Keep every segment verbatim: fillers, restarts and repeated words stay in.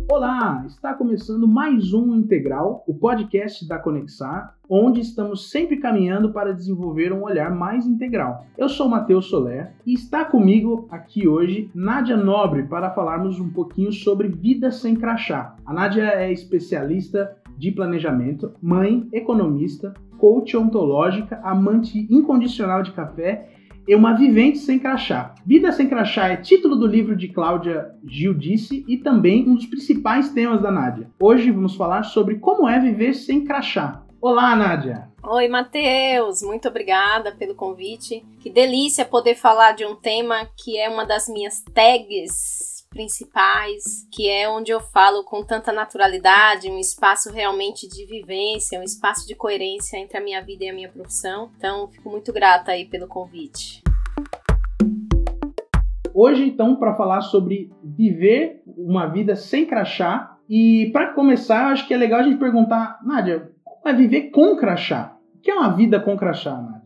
Olá, está começando mais um Integral, o podcast da Conexar, onde estamos sempre caminhando para desenvolver um olhar mais integral. Eu sou Matheus Soler e está comigo aqui hoje Nádia Nobre para falarmos um pouquinho sobre vida sem crachá. A Nádia é especialista de planejamento, mãe, economista, coach ontológica, amante incondicional de café e uma vivente sem crachá. Vida sem crachá é título do livro de Cláudia Giudice e também um dos principais temas da Nádia. Hoje vamos falar sobre como é viver sem crachá. Olá, Nádia! Oi, Matheus! Muito obrigada pelo convite. Que delícia poder falar de um tema que é uma das minhas tags principais, que é onde eu falo com tanta naturalidade, um espaço realmente de vivência, um espaço de coerência entre a minha vida e a minha profissão. Então, fico muito grata aí pelo convite. Hoje, então, para falar sobre viver uma vida sem crachá, e para começar, acho que é legal a gente perguntar, Nádia, como é viver com crachá? O que é uma vida com crachá, Nádia?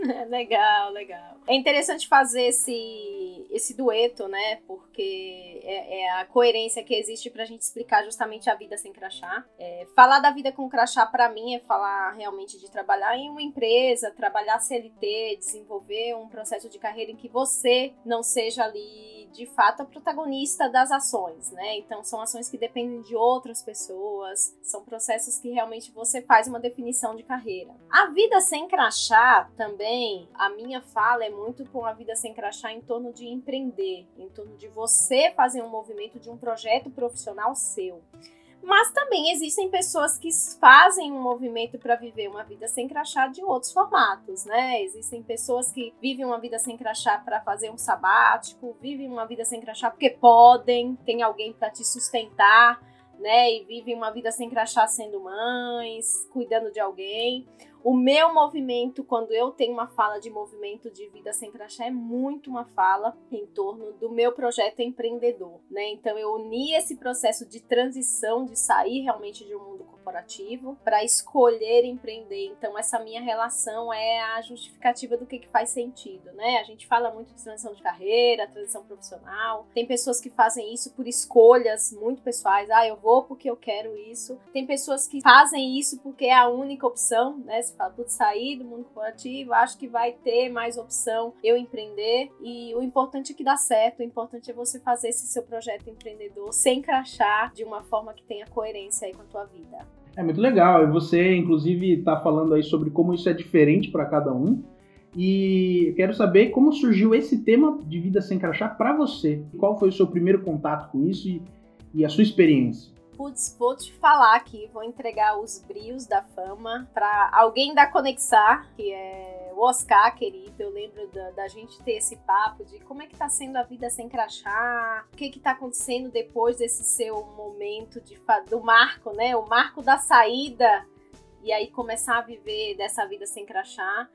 Legal, legal. É interessante fazer esse, esse dueto, né? Porque é, é a coerência que existe pra gente explicar justamente a vida sem crachá. É, falar da vida com crachá, pra mim, é falar realmente de trabalhar em uma empresa, trabalhar C L T, desenvolver um processo de carreira em que você não seja ali, de fato, a protagonista das ações, né? Então, são ações que dependem de outras pessoas, são processos que realmente você faz uma definição de carreira. A vida sem crachá, também, a minha fala é muito com a vida sem crachá em torno de empreender, em torno de você fazer um movimento de um projeto profissional seu. Mas também existem pessoas que fazem um movimento para viver uma vida sem crachá de outros formatos, né? Existem pessoas que vivem uma vida sem crachá para fazer um sabático, vivem uma vida sem crachá porque podem, tem alguém para te sustentar, né? E vivem uma vida sem crachá sendo mães, cuidando de alguém. O meu movimento, quando eu tenho uma fala de movimento de vida sem crachá, é muito uma fala em torno do meu projeto empreendedor, né? Então, eu uni esse processo de transição, de sair realmente de um mundo corporativo para escolher empreender. Então, essa minha relação é a justificativa do que, que faz sentido, né? A gente fala muito de transição de carreira, transição profissional. Tem pessoas que fazem isso por escolhas muito pessoais. Ah, eu vou porque eu quero isso. Tem pessoas que fazem isso porque é a única opção, né? Se fala, putz, sair do mundo corporativo, acho que vai ter mais opção eu empreender. E o importante é que dá certo. O importante é você fazer esse seu projeto empreendedor sem crachá, de uma forma que tenha coerência aí com a tua vida. É muito legal, e você, inclusive, está falando aí sobre como isso é diferente para cada um, e eu quero saber como surgiu esse tema de vida sem crachá para você. Qual foi o seu primeiro contato com isso e, e a sua experiência? Putz, vou te falar aqui, vou entregar os brios da fama para alguém da Conexar, que é o Oscar, querido. Eu lembro da, da gente ter esse papo de como é que tá sendo a vida sem crachá, o que que tá acontecendo depois desse seu momento de, do marco, né? O marco da saída, e aí começar a viver dessa vida sem crachá.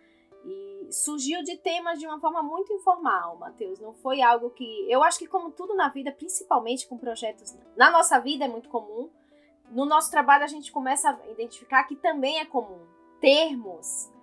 E surgiu de temas de uma forma muito informal, Matheus. Não foi algo que... Eu acho que como tudo na vida, principalmente com projetos... Na nossa vida é muito comum. No nosso trabalho a gente começa a identificar que também é comum. Termos,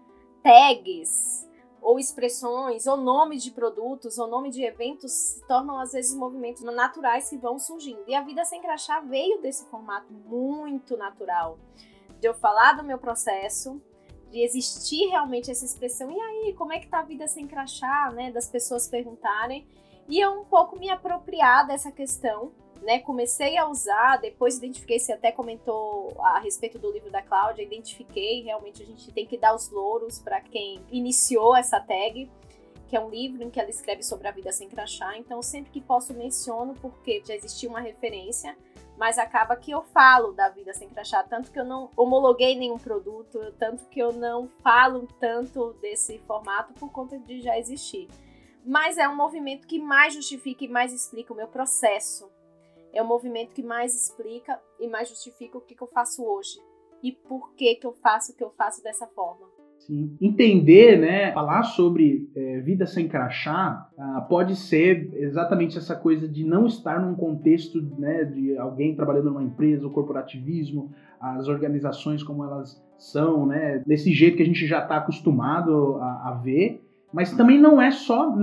tags, ou expressões, ou nomes de produtos, ou nome de eventos se tornam às vezes movimentos naturais que vão surgindo. E a vida sem crachá veio desse formato muito natural. De eu falar do meu processo, de existir realmente essa expressão, e aí, como é que tá a vida sem crachá, né, das pessoas perguntarem, e eu um pouco me apropriar dessa questão, né, comecei a usar, depois identifiquei, você até comentou a respeito do livro da Cláudia, identifiquei, realmente a gente tem que dar os louros para quem iniciou essa tag, que é um livro em que ela escreve sobre a vida sem crachá, então sempre que posso menciono, porque já existia uma referência, mas acaba que eu falo da vida sem crachá, tanto que eu não homologuei nenhum produto, tanto que eu não falo tanto desse formato por conta de já existir. Mas é um movimento que mais justifica e mais explica o meu processo. É um movimento que mais explica e mais justifica o que, que eu faço hoje. E por que, que eu faço o que eu faço dessa forma. Sim. Entender, né, falar sobre é, vida sem crachá ah, pode ser exatamente essa coisa de não estar num contexto, né, de alguém trabalhando numa empresa, o corporativismo, as organizações como elas são, né, desse jeito que a gente já está acostumado a, a ver, mas também não é só não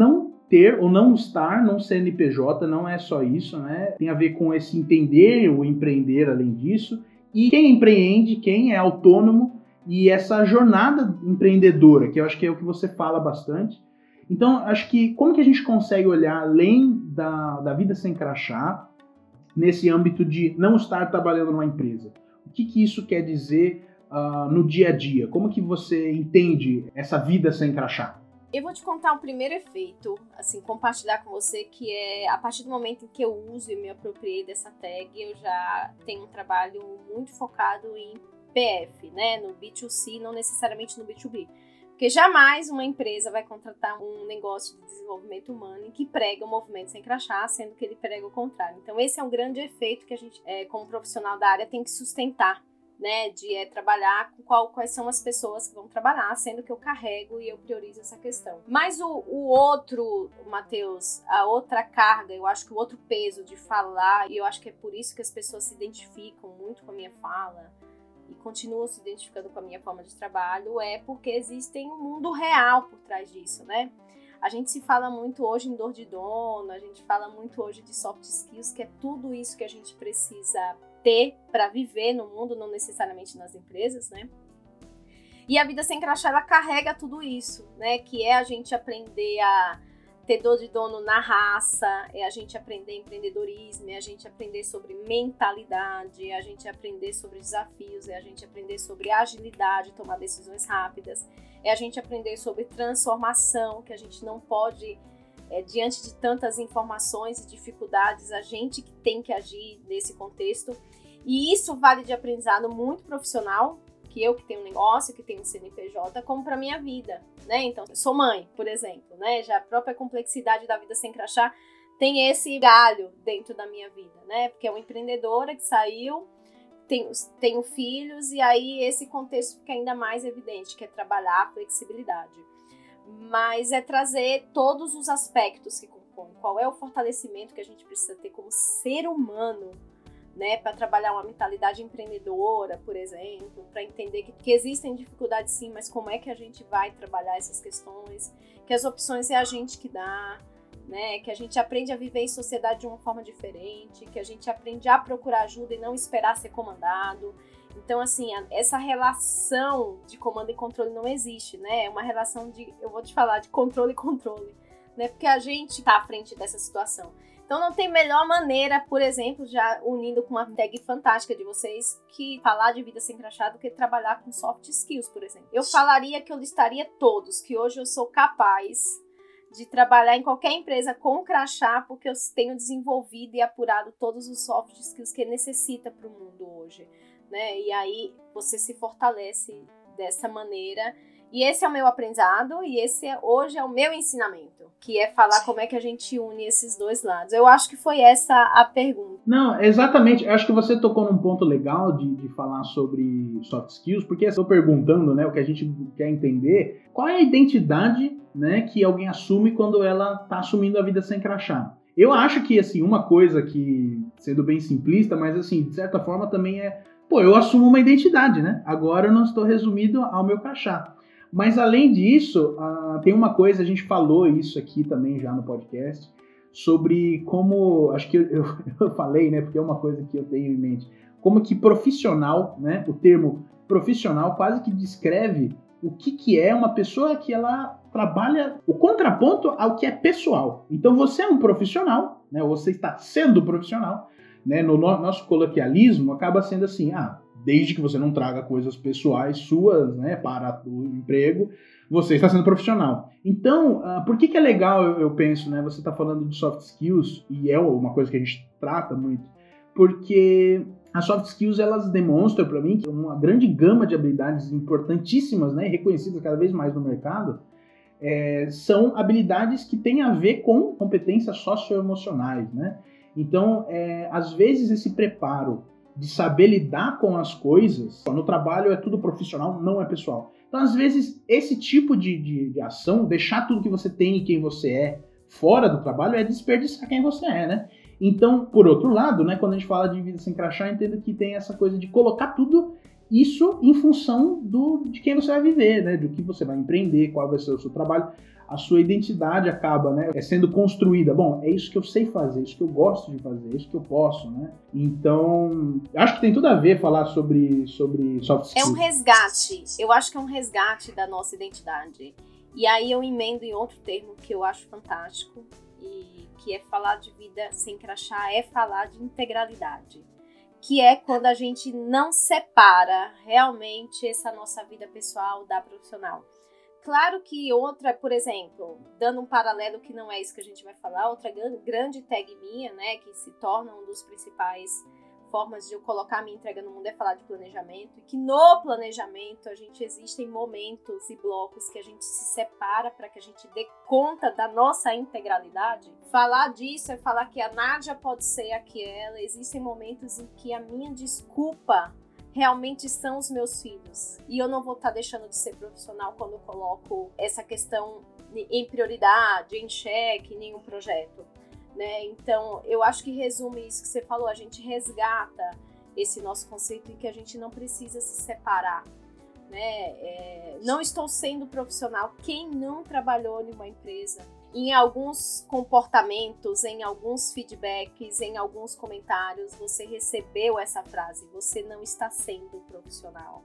ter ou não estar num C N P J, não é só isso, né? Tem a ver com esse entender ou empreender além disso. E quem empreende, quem é autônomo e essa jornada empreendedora, que eu acho que é o que você fala bastante. Então, acho que como que a gente consegue olhar além da, da vida sem crachá, nesse âmbito de não estar trabalhando numa empresa? O que, que isso quer dizer uh, no dia a dia? Como que você entende essa vida sem crachá? Eu vou te contar o primeiro efeito, assim, compartilhar com você, que é a partir do momento em que eu uso e me apropriei dessa tag, eu já tenho um trabalho muito focado em P F, né, no B dois C, não necessariamente no B dois B. Porque jamais uma empresa vai contratar um negócio de desenvolvimento humano que prega o movimento sem crachá, sendo que ele prega o contrário. Então esse é um grande efeito que a gente, é, como profissional da área, tem que sustentar, né, de é, trabalhar com qual, quais são as pessoas que vão trabalhar, sendo que eu carrego e eu priorizo essa questão. Mas o, o outro, Matheus, a outra carga, eu acho que o outro peso de falar, e eu acho que é por isso que as pessoas se identificam muito com a minha fala e continuam se identificando com a minha forma de trabalho, é porque existe um mundo real por trás disso, né? A gente se fala muito hoje em dor de dono, a gente fala muito hoje de soft skills, que é tudo isso que a gente precisa ter para viver no mundo, não necessariamente nas empresas, né? E a vida sem crachá, ela carrega tudo isso, né? Que é a gente aprender a ter dor de dono na raça, é a gente aprender empreendedorismo, é a gente aprender sobre mentalidade, é a gente aprender sobre desafios, é a gente aprender sobre agilidade, tomar decisões rápidas, é a gente aprender sobre transformação, que a gente não pode, é, diante de tantas informações e dificuldades, a gente que tem que agir nesse contexto. E isso vale de aprendizado muito profissional, que eu que tenho um negócio, que tenho um C N P J, como para minha vida, né? Então, eu sou mãe, por exemplo, né? Já a própria complexidade da vida sem crachá tem esse galho dentro da minha vida, né? Porque é uma empreendedora que saiu, tenho, tenho filhos, e aí esse contexto fica ainda mais evidente, que é trabalhar a flexibilidade. Mas é trazer todos os aspectos que compõem. Qual é o fortalecimento que a gente precisa ter como ser humano, né, para trabalhar uma mentalidade empreendedora, por exemplo, para entender que, que existem dificuldades sim, mas como é que a gente vai trabalhar essas questões, que as opções é a gente que dá, né, que a gente aprende a viver em sociedade de uma forma diferente, que a gente aprende a procurar ajuda e não esperar ser comandado. Então, assim, a, essa relação de comando e controle não existe, né, é uma relação de, eu vou te falar, de controle e controle, né, porque a gente está à frente dessa situação. Então não tem melhor maneira, por exemplo, já unindo com uma tag fantástica de vocês, que falar de vida sem crachá do que trabalhar com soft skills, por exemplo. Eu falaria que eu listaria todos, que hoje eu sou capaz de trabalhar em qualquer empresa com crachá, porque eu tenho desenvolvido e apurado todos os soft skills que necessita para o mundo hoje, né? E aí você se fortalece dessa maneira. E esse é o meu aprendizado e esse é, hoje é o meu ensinamento, que é falar como é que a gente une esses dois lados. Eu acho que foi essa a pergunta. Não, exatamente. Eu acho que você tocou num ponto legal de, de falar sobre soft skills, porque eu estou perguntando, né, o que a gente quer entender, qual é a identidade, né, que alguém assume quando ela está assumindo a vida sem crachá. Eu acho que, assim, uma coisa que, sendo bem simplista, mas, assim, de certa forma também é, pô, eu assumo uma identidade, né? Agora eu não estou resumido ao meu crachá. Mas, além disso, uh, tem uma coisa, a gente falou isso aqui também já no podcast, sobre como, acho que eu, eu, eu falei, né, porque é uma coisa que eu tenho em mente, como que profissional, né, o termo profissional quase que descreve o que, que é uma pessoa que ela trabalha o contraponto ao que é pessoal. Então, você é um profissional, né, você está sendo profissional, né, no no, nosso coloquialismo acaba sendo assim, ah, desde que você não traga coisas pessoais suas, né, para o emprego, você está sendo profissional. Então, uh, por que que é legal, eu, eu penso, né, você está falando de soft skills, e é uma coisa que a gente trata muito, porque as soft skills, elas demonstram para mim que uma grande gama de habilidades importantíssimas, né, reconhecidas cada vez mais no mercado, é, são habilidades que têm a ver com competências socioemocionais, né? Então, é, às vezes esse preparo de saber lidar com as coisas, no trabalho é tudo profissional, não é pessoal. Então, às vezes, esse tipo de, de, de ação, deixar tudo que você tem e quem você é fora do trabalho, é desperdiçar quem você é, né? Então, por outro lado, né, quando a gente fala de vida sem crachá, eu entendo que tem essa coisa de colocar tudo isso em função do, de quem você vai viver, né? Do que você vai empreender, qual vai ser o seu trabalho. a sua identidade acaba, né, é sendo construída. Bom, é isso que eu sei fazer, é isso que eu gosto de fazer, é isso que eu posso, né? Então, acho que tem tudo a ver falar sobre, sobre soft skills. É um resgate, eu acho que é um resgate da nossa identidade. E aí eu emendo em outro termo que eu acho fantástico, e que é falar de vida sem crachá, é falar de integralidade. Que é quando a gente não separa realmente essa nossa vida pessoal da profissional. Claro que outra, por exemplo, dando um paralelo que não é isso que a gente vai falar, outra grande tag minha, né, que se torna um dos principais formas de eu colocar a minha entrega no mundo é falar de planejamento, e que no planejamento a gente existem momentos e blocos que a gente se separa para que a gente dê conta da nossa integralidade. Falar disso é falar que a Nádia pode ser aquela, existem momentos em que a minha desculpa realmente são os meus filhos, e eu não vou estar deixando de ser profissional quando eu coloco essa questão em prioridade, em xeque, em nenhum projeto. Né? Então, eu acho que resume isso que você falou, a gente resgata esse nosso conceito em que a gente não precisa se separar. Né? É, não estou sendo profissional. Quem não trabalhou em uma empresa, em alguns comportamentos, em alguns feedbacks, em alguns comentários, você recebeu essa frase, você não está sendo profissional.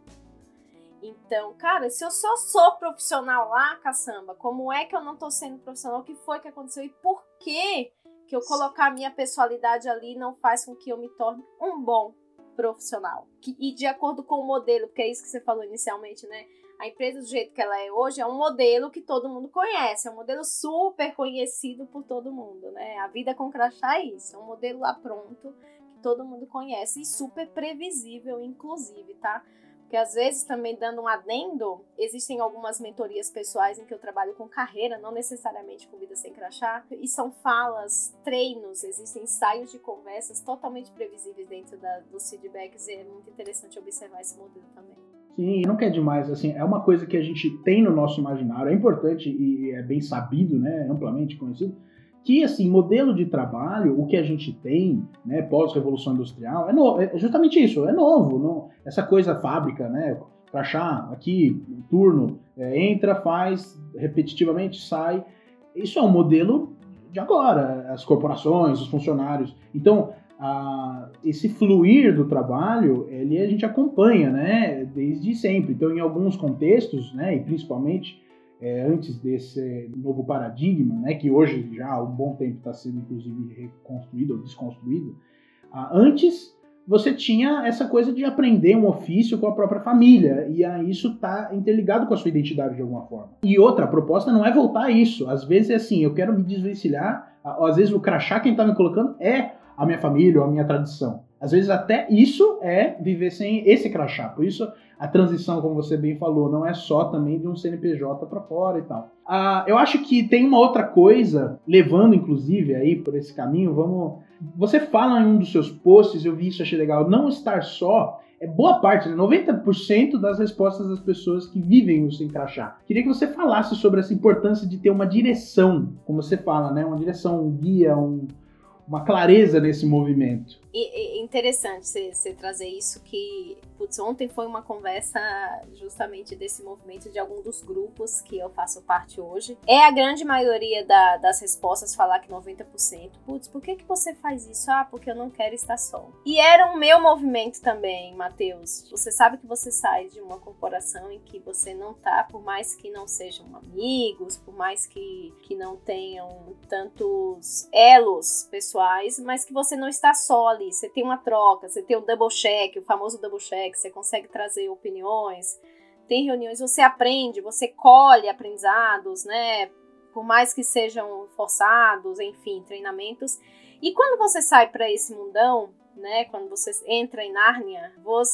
Então, cara, se eu só sou profissional lá, caçamba, como é que eu não estou sendo profissional? O que foi que aconteceu? E por que que eu colocar a minha pessoalidade ali não faz com que eu me torne um bom profissional? Que, e de acordo com o modelo, porque é isso que você falou inicialmente, né? A empresa do jeito que ela é hoje é um modelo que todo mundo conhece, é um modelo super conhecido por todo mundo, né? A vida com crachá é isso, é um modelo lá pronto que todo mundo conhece e super previsível, inclusive, tá? Porque às vezes, também dando um adendo, existem algumas mentorias pessoais em que eu trabalho com carreira, não necessariamente com vida sem crachá, e são falas, treinos, existem ensaios de conversas totalmente previsíveis dentro da, dos feedbacks, e é muito interessante observar esse modelo também. Sim, não quer demais, assim, é uma coisa que a gente tem no nosso imaginário, é importante e é bem sabido, né, amplamente conhecido, que, assim, modelo de trabalho, o que a gente tem, né, pós-revolução industrial, é, no, é justamente isso, é novo, não, essa coisa fábrica, né, crachá, aqui, turno, é, entra, faz, repetitivamente, sai, isso é um modelo de agora, as corporações, os funcionários, então, a, esse fluir do trabalho, ele a gente acompanha, né, desde sempre, então, em alguns contextos, né, e principalmente, É, antes desse novo paradigma, né, que hoje já há um bom tempo está sendo inclusive reconstruído ou desconstruído, ah, antes você tinha essa coisa de aprender um ofício com a própria família, e aí isso está interligado com a sua identidade de alguma forma. E outra, a proposta não é voltar a isso, às vezes é assim, eu quero me desvencilhar, às vezes o crachá quem está me colocando é a minha família ou a minha tradição. Às vezes até isso é viver sem esse crachá, por isso a transição, como você bem falou, não é só também de um C N P J para fora e tal. Ah, eu acho que tem uma outra coisa, levando inclusive aí por esse caminho, vamos... Você fala em um dos seus posts, eu vi isso, achei legal, não estar só, é boa parte, né? noventa por cento das respostas das pessoas que vivem o sem crachá. Queria que você falasse sobre essa importância de ter uma direção, como você fala, né? Uma direção, um guia, um... uma clareza nesse movimento. E, e interessante você, você trazer isso, que putz, ontem foi uma conversa justamente desse movimento de algum dos grupos que eu faço parte hoje. É a grande maioria da, das respostas falar que noventa por cento, putz, por que, que você faz isso? Ah, porque eu não quero estar só. E era o meu movimento também, Matheus. Você sabe que você sai de uma corporação em que você não tá, por mais que não sejam amigos, por mais que, que não tenham tantos elos pessoais, mas que você não está só ali. Você tem uma troca, você tem o double check, o famoso double check, você consegue trazer opiniões, tem reuniões, você aprende, você colhe aprendizados, né? Por mais que sejam forçados, enfim, treinamentos. E quando você sai para esse mundão, né? Quando você entra em Nárnia,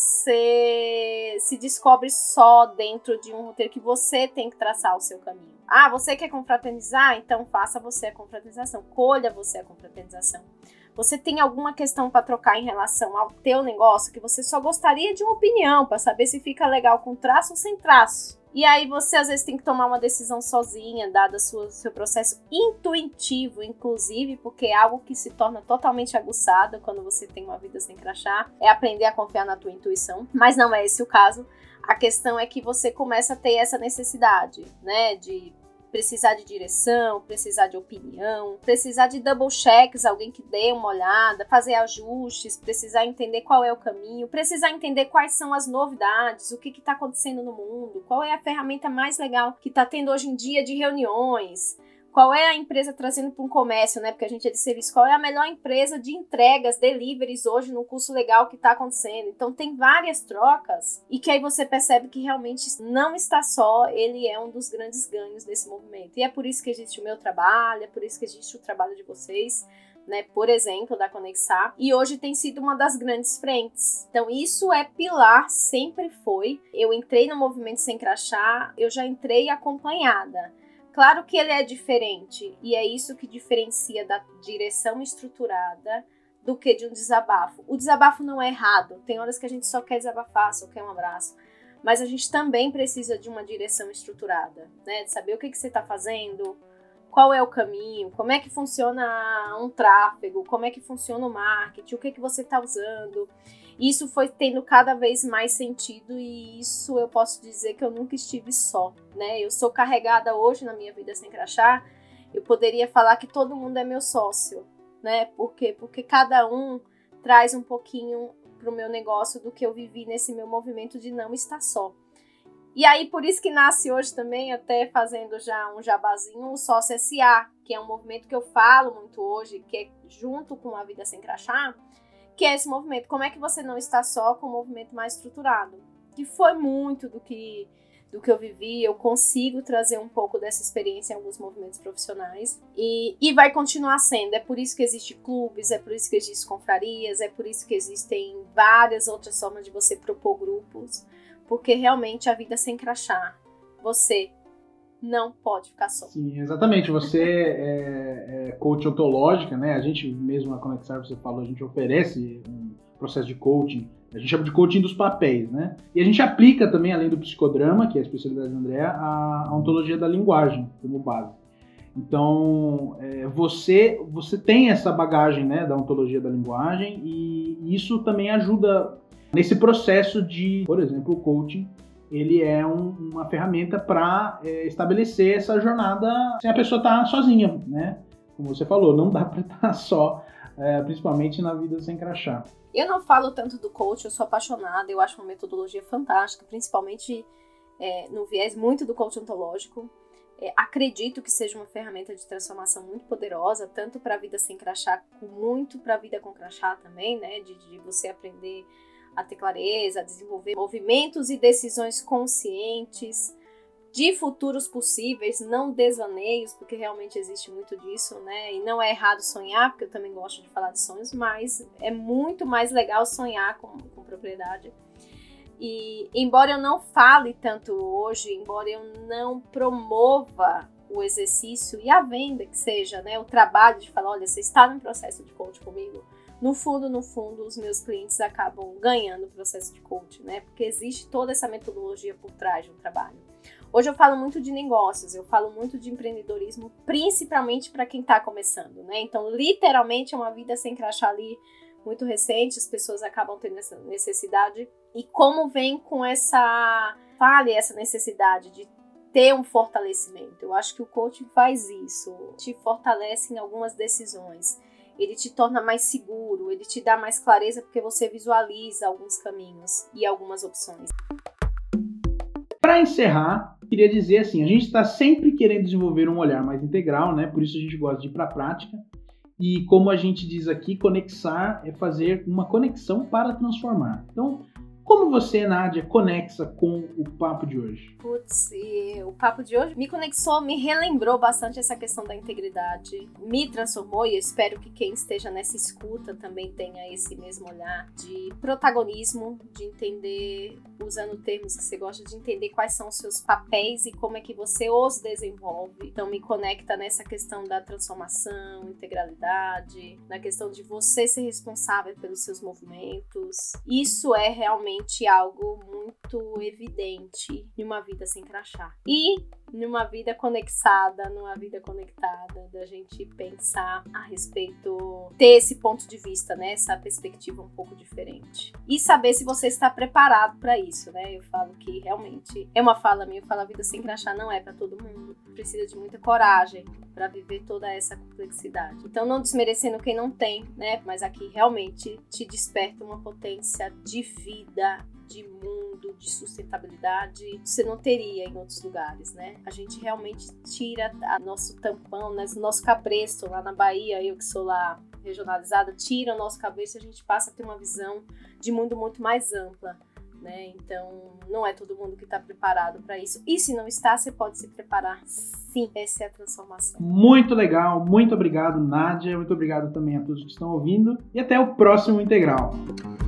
você se descobre só dentro de um roteiro que você tem que traçar o seu caminho. Ah, você quer confraternizar? Então faça você a confraternização, colha você a confraternização. Você tem alguma questão para trocar em relação ao teu negócio que você só gostaria de uma opinião para saber se fica legal com traço ou sem traço. E aí você às vezes tem que tomar uma decisão sozinha, dado o seu processo intuitivo, inclusive, porque é algo que se torna totalmente aguçado quando você tem uma vida sem crachá, é aprender a confiar na tua intuição, mas não é esse o caso. A questão é que você começa a ter essa necessidade, né, de precisar de direção, precisar de opinião, precisar de double checks, alguém que dê uma olhada, fazer ajustes, precisar entender qual é o caminho, precisar entender quais são as novidades, o que está acontecendo no mundo, qual é a ferramenta mais legal que está tendo hoje em dia de reuniões, qual é a empresa trazendo para um comércio, né? Porque a gente é de serviço. Qual é a melhor empresa de entregas, deliveries hoje no curso legal que está acontecendo? Então tem várias trocas e que aí você percebe que realmente não está só, ele é um dos grandes ganhos desse movimento. E é por isso que existe o meu trabalho, é por isso que existe o trabalho de vocês, né? Por exemplo, da Conexar. E hoje tem sido uma das grandes frentes. Então isso é pilar, sempre foi. Eu entrei no movimento Sem Crachá, eu já entrei acompanhada. Claro que ele é diferente, e é isso que diferencia da direção estruturada do que de um desabafo. O desabafo não é errado, tem horas que a gente só quer desabafar, só quer um abraço, mas a gente também precisa de uma direção estruturada, né? De saber o que, que você está fazendo, qual é o caminho, como é que funciona um tráfego, como é que funciona o marketing, o que, que você está usando. Isso foi tendo cada vez mais sentido e isso eu posso dizer que eu nunca estive só, né? Eu sou carregada hoje na minha vida sem crachá, eu poderia falar que todo mundo é meu sócio, né? Por quê? Porque cada um traz um pouquinho pro meu negócio do que eu vivi nesse meu movimento de não estar só. E aí, por isso que nasce hoje também, até fazendo já um jabazinho, o Sócio S A, que é um movimento que eu falo muito hoje, que é junto com a Vida Sem Crachá, que é esse movimento. Como é que você não está só com um movimento mais estruturado? Que foi muito do que, do que eu vivi, eu consigo trazer um pouco dessa experiência em alguns movimentos profissionais e, e vai continuar sendo. É por isso que existem clubes, é por isso que existem confrarias, é por isso que existem várias outras formas de você propor grupos, porque realmente a vida sem crachá, você não pode ficar só. Sim, exatamente. Você é, é coach ontológica, né? A gente mesmo na Conexar, você falou, a gente oferece um processo de coaching, a gente chama de coaching dos papéis, né? E a gente aplica também, além do psicodrama, que é a especialidade da Andrea, a, a ontologia da linguagem como base. Então, é, você, você tem essa bagagem, né, da ontologia da linguagem e isso também ajuda nesse processo de, por exemplo, o coaching. Ele é um, uma ferramenta para é, estabelecer essa jornada sem a pessoa estar sozinha, né? Como você falou, não dá para estar só, é, principalmente na vida sem crachá. Eu não falo tanto do coach, eu sou apaixonada, eu acho uma metodologia fantástica, principalmente é, no viés muito do coach ontológico. É, acredito que seja uma ferramenta de transformação muito poderosa, tanto para a vida sem crachá, como muito para a vida com crachá também, né? De, de você aprender a ter clareza, a desenvolver movimentos e decisões conscientes de futuros possíveis, não devaneios, porque realmente existe muito disso, né? E não é errado sonhar, porque eu também gosto de falar de sonhos, mas é muito mais legal sonhar com, com propriedade. E embora eu não fale tanto hoje, embora eu não promova o exercício e a venda que seja, né? O trabalho de falar, olha, você está num processo de coach comigo, no fundo, no fundo, os meus clientes acabam ganhando o processo de coaching, né? Porque existe toda essa metodologia por trás de um trabalho. Hoje eu falo muito de negócios, eu falo muito de empreendedorismo, principalmente para quem está começando, né? Então, literalmente, é uma vida sem crachá ali muito recente, as pessoas acabam tendo essa necessidade. E como vem com essa falha, essa necessidade de ter um fortalecimento? Eu acho que o coaching faz isso, te fortalece em algumas decisões. Ele te torna mais seguro, ele te dá mais clareza porque você visualiza alguns caminhos e algumas opções. Para encerrar, queria dizer assim, a gente está sempre querendo desenvolver um olhar mais integral, né? Por isso a gente gosta de ir para a prática. E como a gente diz aqui, conexar é fazer uma conexão para transformar. Então, como você, Nádia, conexa com o papo de hoje? Putz, e o papo de hoje me conexou, me relembrou bastante essa questão da integridade, me transformou e eu espero que quem esteja nessa escuta também tenha esse mesmo olhar de protagonismo, de entender, usando termos que você gosta, de entender quais são os seus papéis e como é que você os desenvolve. Então me conecta nessa questão da transformação, integralidade, na questão de você ser responsável pelos seus movimentos. Isso é realmente algo muito evidente em uma vida sem crachá. E numa vida conectada, numa vida conectada, da gente pensar a respeito, ter esse ponto de vista, né? Essa perspectiva um pouco diferente. E saber se você está preparado para isso, né? Eu falo que realmente é uma fala minha, eu falo a vida sem crachá não é para todo mundo. Precisa de muita coragem para viver toda essa complexidade. Então, não desmerecendo quem não tem, né? Mas aqui realmente te desperta uma potência de vida, de mundo, de sustentabilidade, você não teria em outros lugares, né? A gente realmente tira a nosso tampão, né? Nosso cabresto lá na Bahia, eu que sou lá regionalizada, tira o nosso cabresto e a gente passa a ter uma visão de mundo muito mais ampla, né? Então, não é todo mundo que está preparado para isso. E se não está, você pode se preparar, sim. Essa é a transformação. Muito legal, muito obrigado, Nádia. Muito obrigado também a todos que estão ouvindo. E até o próximo Integral.